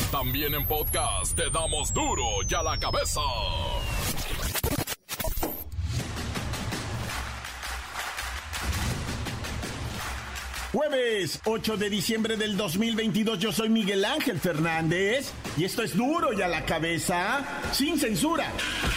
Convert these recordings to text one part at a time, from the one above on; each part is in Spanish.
También en podcast te damos duro y a la cabeza. Jueves 8 de diciembre del 2022, yo soy Miguel Ángel Fernández y esto es Duro y a la Cabeza, sin censura.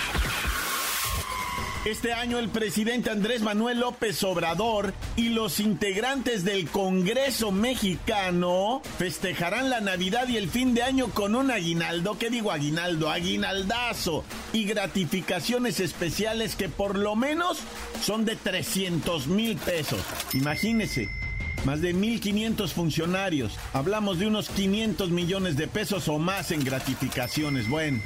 Este año el presidente Andrés Manuel López Obrador y los integrantes del Congreso mexicano festejarán la Navidad y el fin de año con un aguinaldo, ¿qué digo aguinaldo? Aguinaldazo y gratificaciones especiales que por lo menos son de 300,000 pesos. Imagínense. Más de 1,500 funcionarios. Hablamos de unos 500 millones de pesos o más en gratificaciones. Bueno.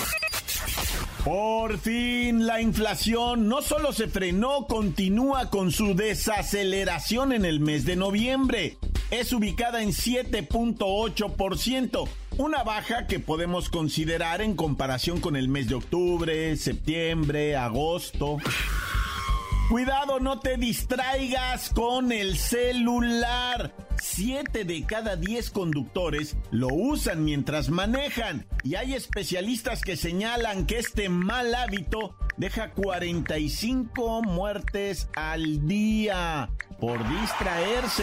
Por fin, la inflación no solo se frenó, continúa con su desaceleración en el mes de noviembre. Es ubicada en 7.8%, una baja que podemos considerar en comparación con el mes de octubre, septiembre, agosto. Cuidado, no te distraigas con el celular. 7 de cada 10 conductores lo usan mientras manejan. Y hay especialistas que señalan que este mal hábito deja 45 muertes al día por distraerse.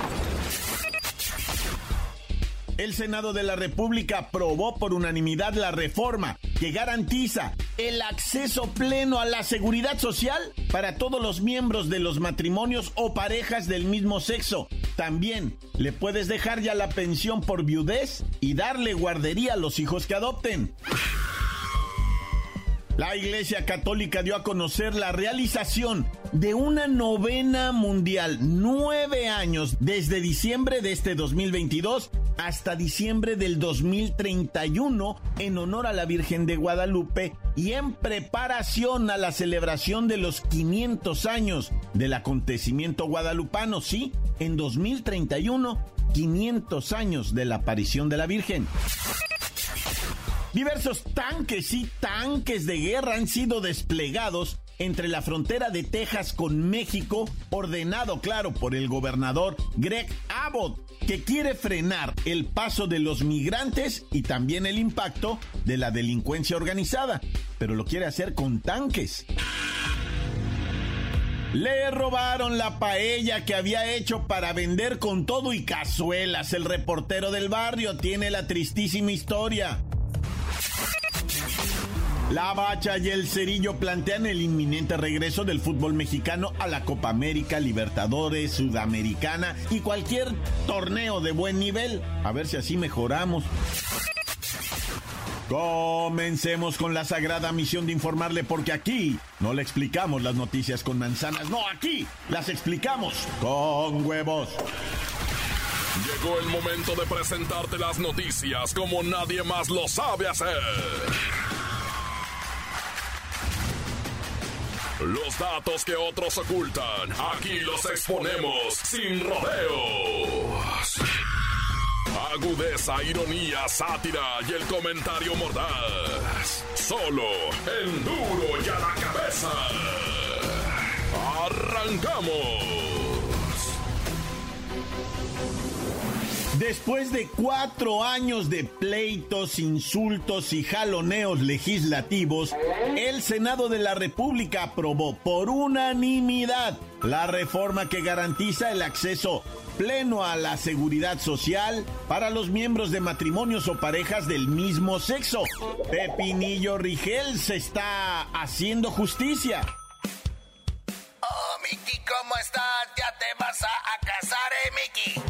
El Senado de la República aprobó por unanimidad la reforma que garantiza el acceso pleno a la seguridad social para todos los miembros de los matrimonios o parejas del mismo sexo. También le puedes dejar ya la pensión por viudez y darle guardería a los hijos que adopten. La Iglesia Católica dio a conocer la realización de una novena mundial, 9 años, desde diciembre de este 2022 hasta diciembre del 2031, en honor a la Virgen de Guadalupe y en preparación a la celebración de los 500 años del acontecimiento guadalupano. Sí, en 2031, 500 años de la aparición de la Virgen. Diversos tanques y tanques de guerra han sido desplegados entre la frontera de Texas con México, ordenado, claro, por el gobernador Greg Abbott, que quiere frenar el paso de los migrantes y también el impacto de la delincuencia organizada, pero lo quiere hacer con tanques. Le robaron la paella que había hecho para vender con todo y cazuelas. El reportero del barrio tiene la tristísima historia. La Bacha y el Cerillo plantean el inminente regreso del fútbol mexicano a la Copa América, Libertadores, Sudamericana y cualquier torneo de buen nivel. A ver si así mejoramos. Comencemos con la sagrada misión de informarle, porque aquí no le explicamos las noticias con manzanas, no, aquí las explicamos con huevos. Llegó el momento de presentarte las noticias como nadie más lo sabe hacer. Los datos que otros ocultan, aquí los exponemos sin rodeos. Agudeza, ironía, sátira y el comentario mordaz. Solo en Duro y a la Cabeza. ¡Arrancamos! Después de 4 años de pleitos, insultos y jaloneos legislativos, el Senado de la República aprobó por unanimidad la reforma que garantiza el acceso pleno a la seguridad social para los miembros de matrimonios o parejas del mismo sexo. Pepinillo Rigel se está haciendo justicia. Oh, Miki, ¿cómo estás? ¿Ya te vas a casar, Miki?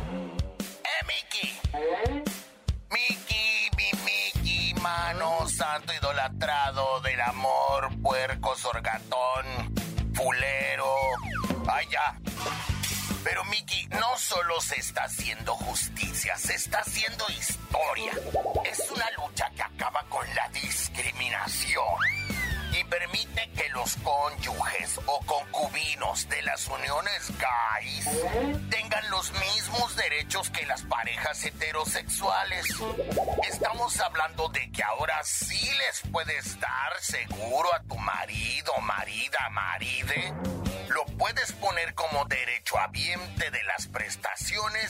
Miki, mano santo idolatrado del amor, puerco, sorgatón, fulero. Ay, ya. Pero Miki, no solo se está haciendo justicia, se está haciendo historia. Es una lucha que acaba con la discriminación y permite que los cónyuges o concubinos de las uniones gays tengan los mismos derechos que las parejas heterosexuales. Estamos hablando de que ahora sí les puedes dar seguro a tu marido, marida, maride. Lo puedes poner como derechohabiente de las prestaciones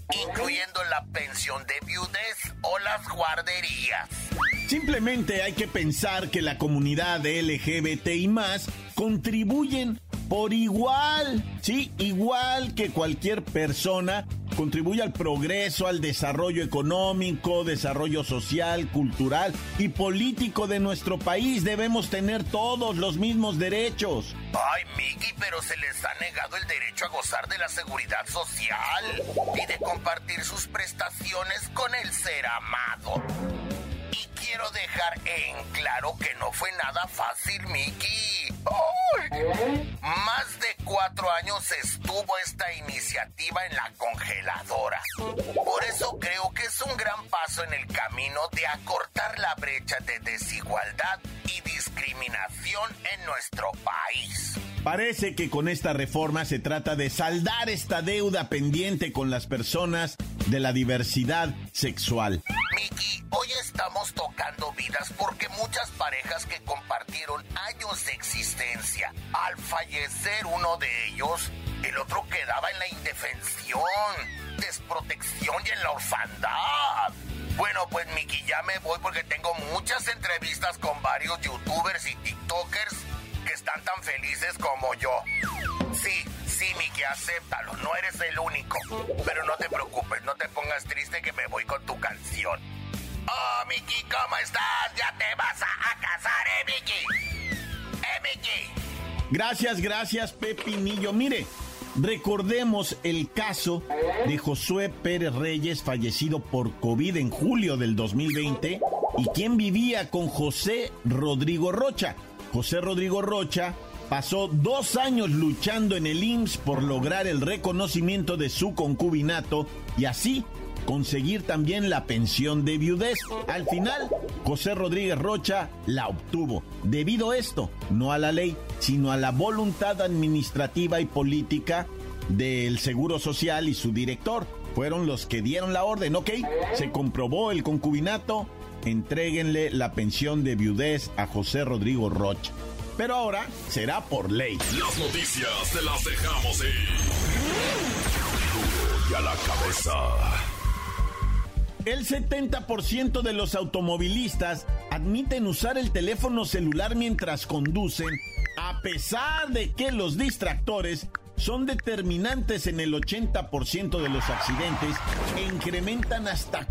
incluyendo la pensión de viudez o las guarderías. Simplemente hay que pensar que la comunidad LGBTI+ contribuyen por igual, sí, igual que cualquier persona, contribuye al progreso, al desarrollo económico, desarrollo social, cultural y político de nuestro país. Debemos tener todos los mismos derechos. Ay, Miki, pero se les ha negado el derecho a gozar de la seguridad social y de compartir sus prestaciones con el ser amado. Y quiero dejar en claro que no fue nada fácil, Miki. ¡Ay! Más de 4 años estuvo esta iniciativa en la congeladora. Por eso creo que es un gran paso en el camino de acortar la brecha de desigualdad y discriminación en nuestro país. Parece que con esta reforma se trata de saldar esta deuda pendiente con las personas de la diversidad sexual. Miki, hoy estamos tocando vidas porque muchas parejas que compartieron años de existencia, al fallecer uno de ellos, el otro quedaba en la indefensión, desprotección y en la orfandad. Bueno, pues Miki, ya me voy porque tengo muchas entrevistas con varios youtubers y tiktokers que están tan felices como yo. Sí, Miki, acéptalo, no eres el único. Pero no te preocupes, no te pongas triste que me voy con tu canción. Oh, Miki, ¿cómo estás? Ya te vas a casar, Miki. Miki. Gracias, Pepinillo. Mire, recordemos el caso de Josué Pérez Reyes, fallecido por COVID en julio del 2020, y quien vivía con José Rodrigo Rocha. José Rodrigo Rocha pasó 2 años luchando en el IMSS por lograr el reconocimiento de su concubinato y así conseguir también la pensión de viudez. Al final, José Rodríguez Rocha la obtuvo. Debido a esto, no a la ley, sino a la voluntad administrativa y política del Seguro Social y su director. Fueron los que dieron la orden, ¿ok? Se comprobó el concubinato, entréguenle la pensión de viudez a José Rodrigo Rocha. Pero ahora será por ley. Las noticias te las dejamos ir. Duro y a la cabeza. El 70% de los automovilistas admiten usar el teléfono celular mientras conducen, a pesar de que los distractores son determinantes en el 80% de los accidentes e incrementan hasta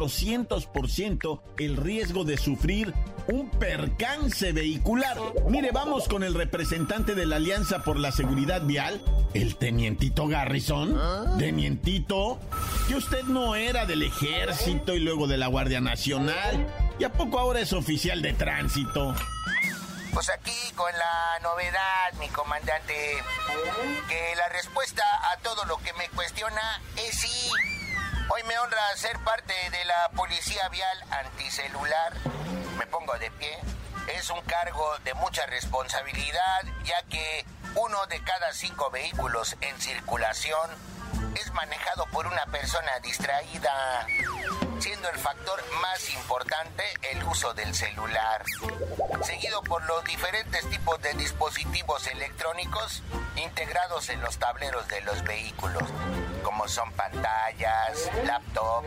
400% el riesgo de sufrir un percance vehicular. Mire, vamos con el representante de la Alianza por la Seguridad Vial, el tenientito Garrison. Tenientito, que usted no era del Ejército y luego de la Guardia Nacional, ¿y a poco ahora es oficial de tránsito? Pues aquí con la novedad, mi comandante, que la respuesta a todo lo que me cuestiona es sí. Hoy me honra ser parte de la Policía Vial Anticelular. Me pongo de pie. Es un cargo de mucha responsabilidad, ya que 1 de cada 5 vehículos en circulación es manejado por una persona distraída, siendo el factor más importante el uso del celular, seguido por los diferentes tipos de dispositivos electrónicos integrados en los tableros de los vehículos, como son pantallas, laptop,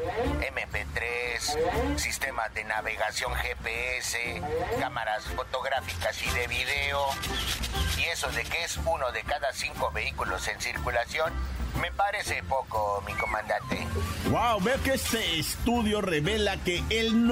MP3, sistemas de navegación GPS, cámaras fotográficas y de video. Y eso de que es 1 de cada 5 vehículos en circulación, me parece poco, mi comandante. Wow, veo que este estudio revela que el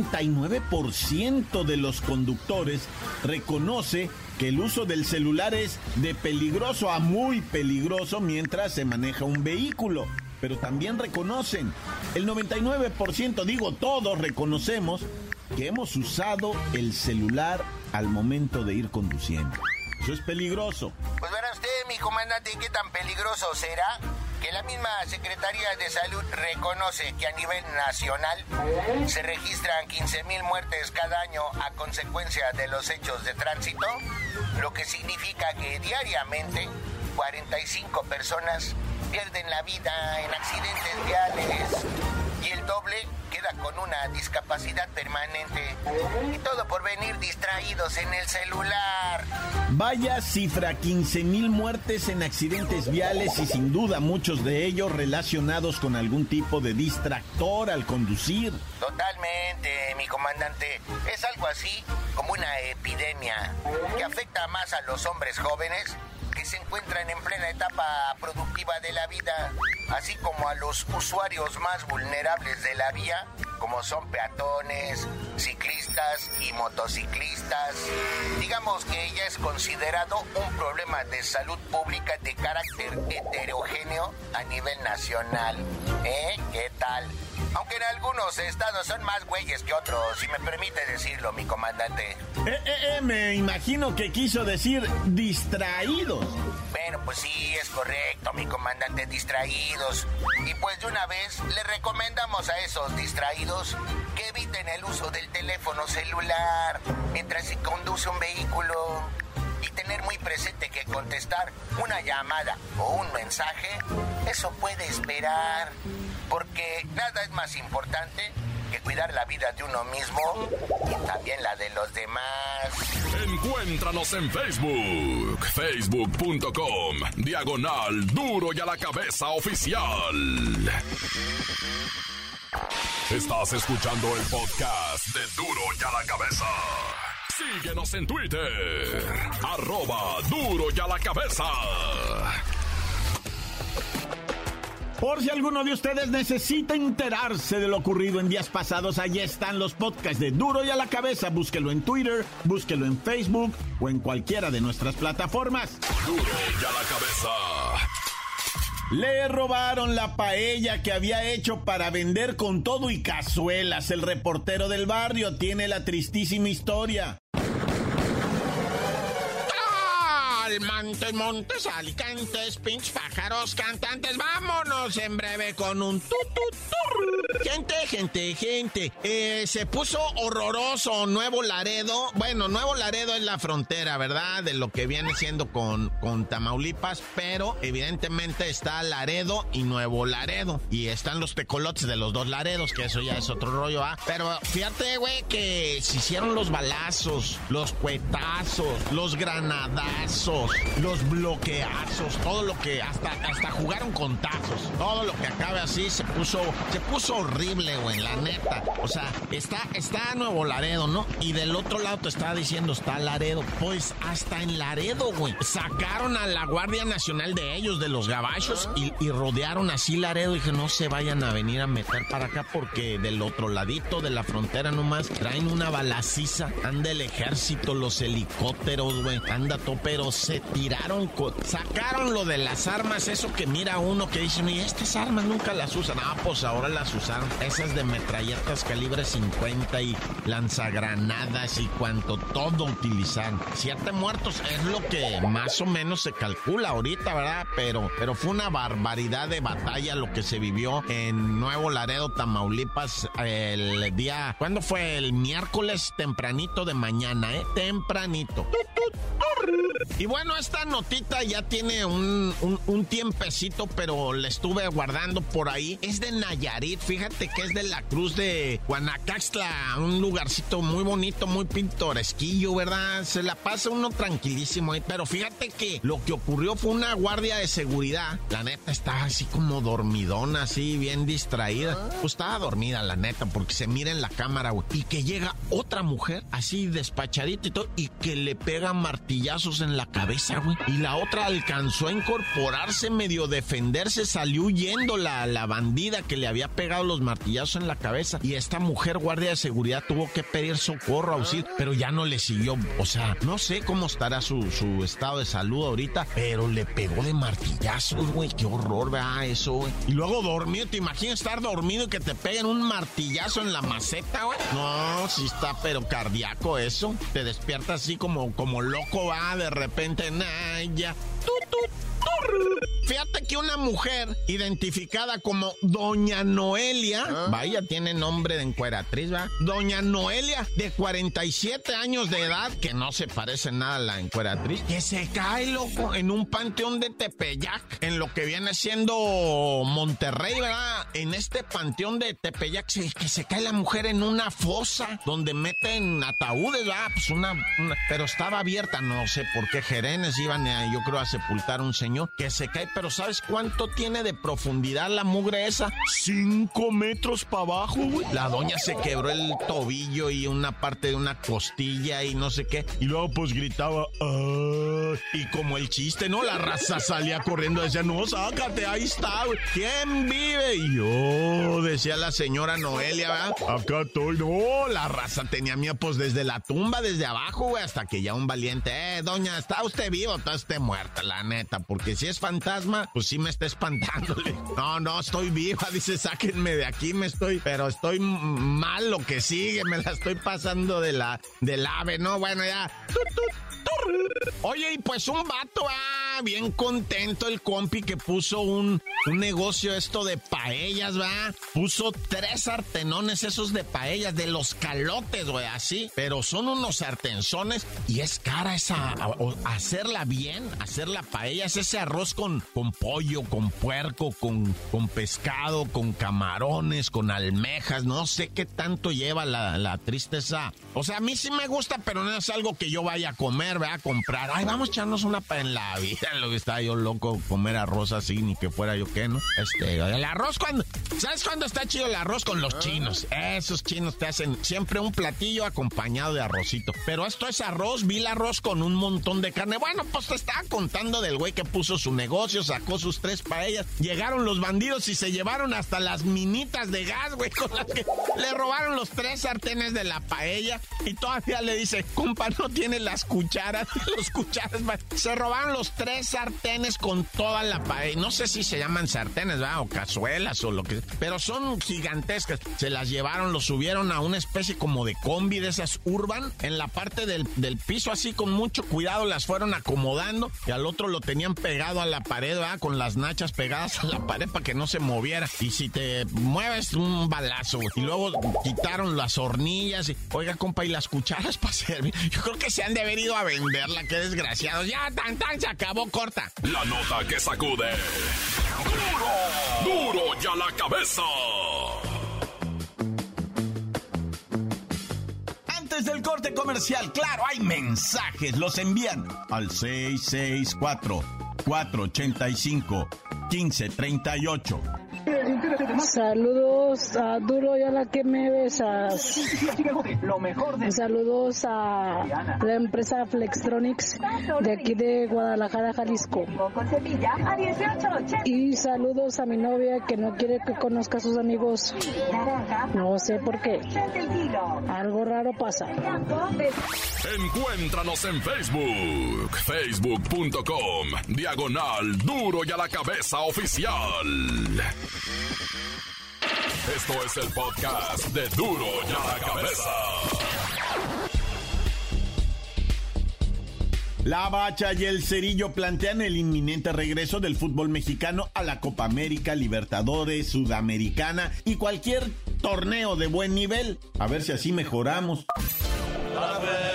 99% de los conductores reconoce que el uso del celular es de peligroso a muy peligroso mientras se maneja un vehículo. Pero también reconocen, el 99%, digo todos reconocemos, que hemos usado el celular al momento de ir conduciendo. Eso es peligroso. Pues verá usted, mi comandante, qué tan peligroso será que la misma Secretaría de Salud reconoce que a nivel nacional se registran 15,000 muertes cada año a consecuencia de los hechos de tránsito, lo que significa que diariamente 45 personas pierden la vida en accidentes viales y el doble queda con con una discapacidad permanente. Y todo por venir distraídos en el celular. Vaya cifra, 15,000 muertes en accidentes viales y sin duda muchos de ellos relacionados con algún tipo de distractor al conducir. Totalmente, mi comandante. Es algo así como una epidemia que afecta más a los hombres jóvenes que se encuentran en plena etapa productiva de la vida, así como a los usuarios más vulnerables de la vía, como son peatones, ciclistas y motociclistas. Digamos que ya es considerado un problema de salud pública de carácter heterogéneo a nivel nacional. ¿Qué tal? Aunque en algunos estados son más güeyes que otros, si me permite decirlo, mi comandante. Me imagino que quiso decir distraídos. Bueno, pues sí, es correcto, mi comandante, distraídos. Y pues de una vez le recomendamos a esos distraídos que eviten el uso del teléfono celular mientras se conduce un vehículo. Y tener muy presente que contestar una llamada o un mensaje, eso puede esperar. Porque nada es más importante que cuidar la vida de uno mismo y también la de los demás. Encuéntranos en Facebook, facebook.com/Duro y a la Cabeza Oficial. Estás escuchando el podcast de Duro y a la Cabeza. Síguenos en Twitter, @Duro y a la Cabeza. Por si alguno de ustedes necesita enterarse de lo ocurrido en días pasados, allí están los podcasts de Duro y a la Cabeza. Búsquelo en Twitter, búsquelo en Facebook o en cualquiera de nuestras plataformas. Duro y a la Cabeza. Le robaron la paella que había hecho para vender con todo y cazuelas. El reportero del barrio tiene la tristísima historia. Montes, montes, alicantes, pinch pájaros, cantantes, vámonos en breve con un Gente, se puso horroroso Nuevo Laredo. Bueno, Nuevo Laredo es la frontera, ¿verdad? De lo que viene siendo con Tamaulipas, pero evidentemente está Laredo y Nuevo Laredo. Y están los tecolotes de los dos Laredos, que eso ya es otro rollo, ¿ah? Pero fíjate, güey, que se hicieron los balazos, los cuetazos, los granadazos, los bloqueazos, todo lo que, hasta jugaron con tazos. Todo lo que acabe así se puso horrible, güey, la neta. O sea, está Nuevo Laredo, ¿no? Y del otro lado te estaba diciendo, está Laredo. Pues hasta en Laredo, güey, sacaron a la Guardia Nacional de ellos, de los gabachos, y rodearon así Laredo. Y dije, no se vayan a venir a meter para acá, porque del otro ladito de la frontera nomás traen una balaciza. Anda el ejército, los helicópteros, güey, anda todo, pero se tiraron, sacaron lo de las armas, eso que mira uno que dice, y estas armas nunca las usan. Ah, pues ahora las usaron, esas de metralletas calibre 50 y lanzagranadas y cuanto, todo utilizaron. 7 muertos es lo que más o menos se calcula ahorita, ¿verdad? Pero fue una barbaridad de batalla lo que se vivió en Nuevo Laredo, Tamaulipas, el día, ¿cuándo fue? El miércoles tempranito de mañana, tempranito. Y bueno, esta notita ya tiene un tiempecito, pero la estuve guardando por ahí. Es de Nayarit, fíjate que es de la Cruz de Guanacaxtla, un lugarcito muy bonito, muy pintoresquillo, ¿verdad? Se la pasa uno tranquilísimo ahí, pero fíjate que lo que ocurrió fue una guardia de seguridad. La neta estaba así como dormidona, así bien distraída. Pues estaba dormida, la neta, porque se mira en la cámara, güey. Y que llega otra mujer, así despachadita y todo, y que le pega martillazos en la cabeza, güey. Y la otra alcanzó a incorporarse, medio defenderse, salió huyendo la bandida que le había pegado los martillazos en la cabeza. Y esta mujer, guardia de seguridad, tuvo que pedir socorro, auxilio, pero ya no le siguió. O sea, no sé cómo estará su estado de salud ahorita, pero le pegó de martillazos, güey. Qué horror, ¿verdad? Eso, güey. Y luego dormido, ¿te imaginas estar dormido y que te peguen un martillazo en la maceta, güey? No, sí está, pero cardíaco eso. Te despiertas así como loco, va, de repente, ya. fíjate que una mujer identificada como Doña Noelia, vaya, tiene nombre de encueratriz, ¿va? Doña Noelia, de 47 años de edad, que no se parece nada a la encueratriz, que se cae, loco, en un panteón de Tepeyac, en lo que viene siendo Monterrey, ¿verdad? En este panteón de Tepeyac, que se cae la mujer en una fosa donde meten ataúdes, ¿verdad? Pues pero estaba abierta, no sé por qué gerenes iban, yo creo, a sepultar a un señor que se cae, pero ¿sabes cuánto tiene de profundidad la mugre esa? 5 metros para abajo, güey. La doña se quebró el tobillo y una parte de una costilla y no sé qué, y luego pues gritaba, ¡ah! Y como el chiste, ¿no? La raza salía corriendo, decía, no, sácate, ahí está, güey. ¿Quién vive? Y yo, decía la señora Noelia, ¿verdad? Acá estoy, no, la raza tenía miedo, pues desde la tumba, desde abajo, güey, hasta que ya un valiente, doña, ¿está usted vivo o está usted muerta, la neta? Porque si es fantasma, pues sí me está espantándole. No, estoy viva, dice, sáquenme de aquí, pero estoy mal lo que sigue, me la estoy pasando del ave, ¿no? Bueno, ya. Oye, y pues un vato, bien contento el compi que puso un negocio esto de paellas, ¿va? Puso 3 sartenones esos de paellas, de los calotes, güey, así, pero son unos sartenzones y es cara esa, hacerla bien, hacer la paella, es ese arroz con pollo, con puerco, con pescado, con camarones, con almejas, no sé qué tanto lleva la tristeza. O sea, a mí sí me gusta, pero no es algo que yo vaya a comer, ¿verdad? A comprar. Ay, vamos a echarnos una en la vida. Lo que estaba yo loco, comer arroz así, ni que fuera yo qué, ¿no? El arroz ¿sabes cuándo está chido el arroz? Con los chinos. Esos chinos te hacen siempre un platillo acompañado de arrocito. Pero esto es arroz, vil arroz con un montón de carne. Bueno, pues te estaba contando del güey que puso su negocio, sacó sus 3 paellas. Llegaron los bandidos y se llevaron hasta las minitas de gas, güey, con las que le robaron los 3 sartenes de la paella. Y todavía le dice, compa, no tiene las cucharas. Los cucharas, se robaron los 3 sartenes con toda la paella. No sé si se llaman sartenes, ¿verdad? O cazuelas o lo que sea, pero son gigantescas. Se las llevaron, los subieron a una especie como de combi de esas urban, en la parte del piso, así con mucho cuidado las fueron acomodando, y al otro lo tenían pegado a la pared, ¿verdad? Con las nachas pegadas a la pared para que no se moviera, y si te mueves, un balazo, güey. Y luego quitaron las hornillas y, oiga, compa, y las cucharas para servir. Yo creo que se han de haber ido a venderla, qué desgraciados. Ya, tan, se acabó, corta. La nota que sacude. ¡Duro ya la cabeza! Antes del corte comercial, claro, hay mensajes. Los envían al 664-485-1538. Saludos a Duro y a la que me besas. Saludos a la empresa Flextronics de aquí de Guadalajara, Jalisco. Y saludos a mi novia que no quiere que conozca a sus amigos. No sé por qué. Algo raro pasa. Encuéntranos en Facebook, facebook.com/Duro y a la Cabeza Oficial. Esto es el podcast de Duro y a la Cabeza. La Bacha y el Cerillo plantean el inminente regreso del fútbol mexicano a la Copa América, Libertadores, Sudamericana y cualquier torneo de buen nivel. A ver si así mejoramos. A ver.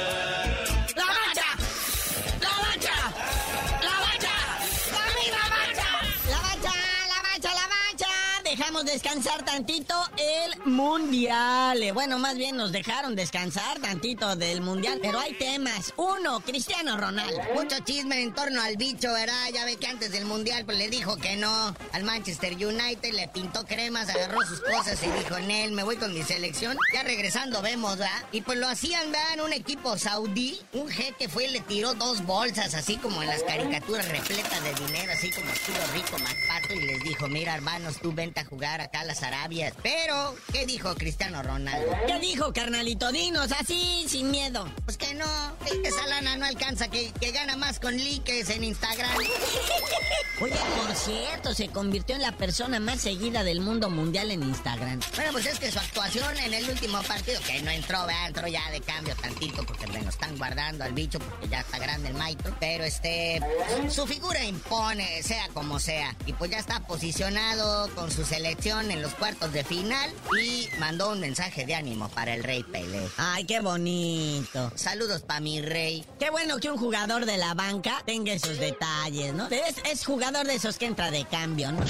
Descansar tantito el mundial. Bueno, más bien nos dejaron descansar tantito del mundial, pero hay temas. 1, Cristiano Ronaldo. Mucho chisme en torno al bicho, ¿verdad? Ya ve que antes del mundial pues le dijo que no al Manchester United, le pintó cremas, agarró sus cosas y dijo, Nel, me voy con mi selección. Ya regresando vemos, ¿verdad? Y pues lo hacían, ¿verdad? En un equipo saudí. Un jeque fue y le tiró 2 bolsas, así como en las caricaturas, repletas de dinero, así como estuvo rico, MacPato, y les dijo, mira, hermanos, tú vente a jugar jugar acá a las Arabias. Pero, ¿qué dijo Cristiano Ronaldo? ¿Qué dijo, carnalito? Dinos, así, sin miedo. Pues que no, esa lana no alcanza, que gana más con likes en Instagram. Oye, por cierto, se convirtió en la persona más seguida del mundo mundial en Instagram. Bueno, pues es que su actuación en el último partido, que no entró, entró ya de cambio tantito, porque bueno, están guardando al bicho, porque ya está grande el maestro. Pero su figura impone, sea como sea. Y pues ya está posicionado con su selección en los cuartos de final y mandó un mensaje de ánimo para el Rey Pelé. Ay, qué bonito. Saludos para mi rey. Qué bueno que un jugador de la banca tenga esos detalles, ¿no? Es jugador de esos que entra de cambio, ¿no?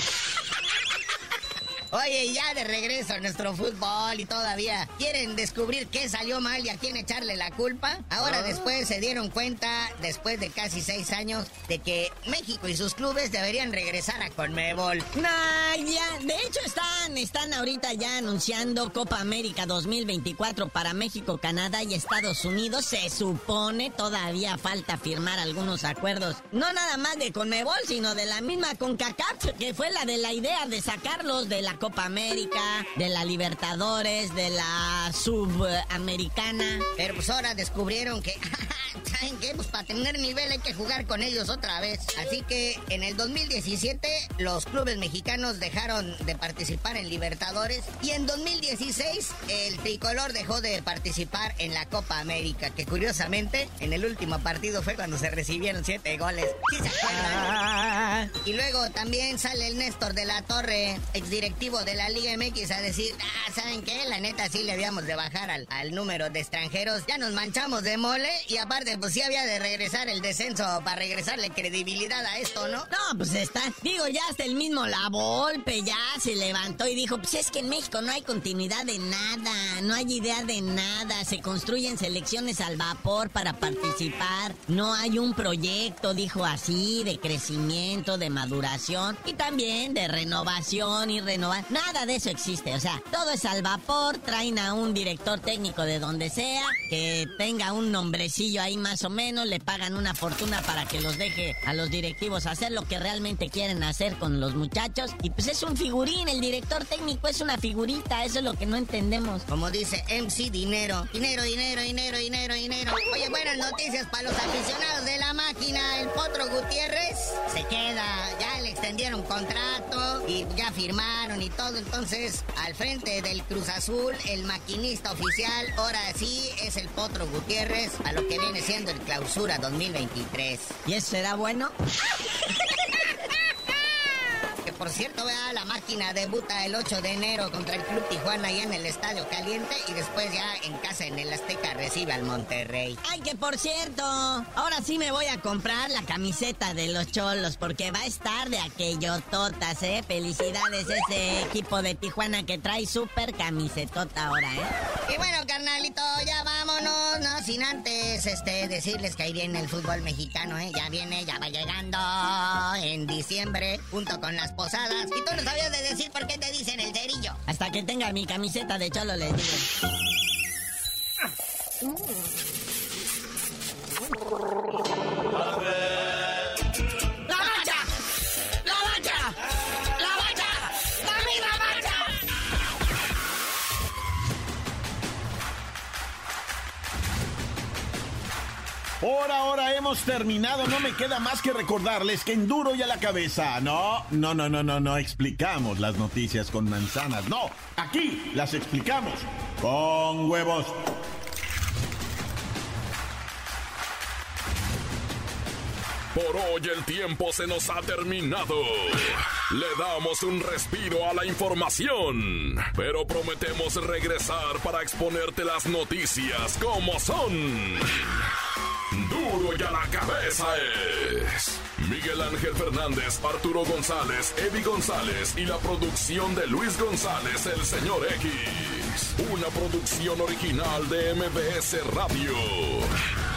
Oye, ya de regreso a nuestro fútbol y todavía quieren descubrir qué salió mal y a quién echarle la culpa. Ahora después se dieron cuenta, después de casi 6 años, de que México y sus clubes deberían regresar a Conmebol. Nah, ya, de hecho están ahorita ya anunciando Copa América 2024 para México, Canadá y Estados Unidos. Se supone, todavía falta firmar algunos acuerdos. No nada más de Conmebol, sino de la misma CONCACAF, que fue la de la idea de sacarlos de la Copa América, de la Libertadores, de la Subamericana. Pero pues ahora descubrieron que, ¿saben qué? Pues para tener nivel hay que jugar con ellos otra vez. Así que en el 2017 los clubes mexicanos dejaron de participar en Libertadores y en 2016 el tricolor dejó de participar en la Copa América, que curiosamente en el último partido fue cuando se recibieron 7 goles. ¿Sí se acuerdan? Y luego también sale el Néstor de la Torre, exdirectivo de la Liga MX, a decir, ¿saben qué? La neta sí le habíamos de bajar al número de extranjeros. Ya nos manchamos de mole y aparte pues sí había de regresar el descenso para regresarle credibilidad a esto, ¿no? No, pues ya hasta el mismo La Volpe ya se levantó y dijo, pues es que en México no hay continuidad de nada, no hay idea de nada, se construyen selecciones al vapor para participar, no hay un proyecto, dijo así, de crecimiento, de maduración y también de renovación y renovar. Nada de eso existe, o sea, todo es al vapor, traen a un director técnico de donde sea, que tenga un nombrecillo ahí más o menos, le pagan una fortuna para que los deje a los directivos hacer lo que realmente quieren hacer con los muchachos, y pues es un figurín, el director técnico es una figurita, eso es lo que no entendemos. Como dice MC Dinero, dinero, dinero, dinero, dinero, dinero. Oye, buenas noticias para los aficionados de la máquina, el Potro Gutiérrez se queda, ya le extendieron contrato y ya firmaron y todo, entonces al frente del Cruz Azul, el maquinista oficial, ahora sí es el Potro Gutiérrez, a lo que viene siendo el Clausura 2023. ¿Y eso será bueno? Que por cierto, vea, la máquina debuta el 8 de enero contra el Club Tijuana allá en el Estadio Caliente y después ya en casa en el Azteca recibe al Monterrey. Ay, que por cierto, ahora sí me voy a comprar la camiseta de los Cholos porque va a estar de aquello totas, Felicidades ese equipo de Tijuana que trae súper camisetota ahora, Y bueno, carnalito, ya vámonos, no sin antes decirles que ahí viene el fútbol mexicano, ya viene, ya va llegando en diciembre junto con las posadas. Y tú no sabías de decir por qué te dicen el cerillo. Hasta que tenga mi camiseta de Cholo les digo. ¡La bacha! ¡La bacha! ¡La bacha! ¡La misma bacha! Por ahora hemos terminado, no me queda más que recordarles que en Duro y a la Cabeza, no explicamos las noticias con manzanas, no, aquí las explicamos con huevos. Por hoy el tiempo se nos ha terminado. Le damos un respiro a la información, pero prometemos regresar para exponerte las noticias como son. Duro y a la Cabeza es Miguel Ángel Fernández, Arturo González, Eddie González y la producción de Luis González, el señor X. Una producción original de MBS Radio.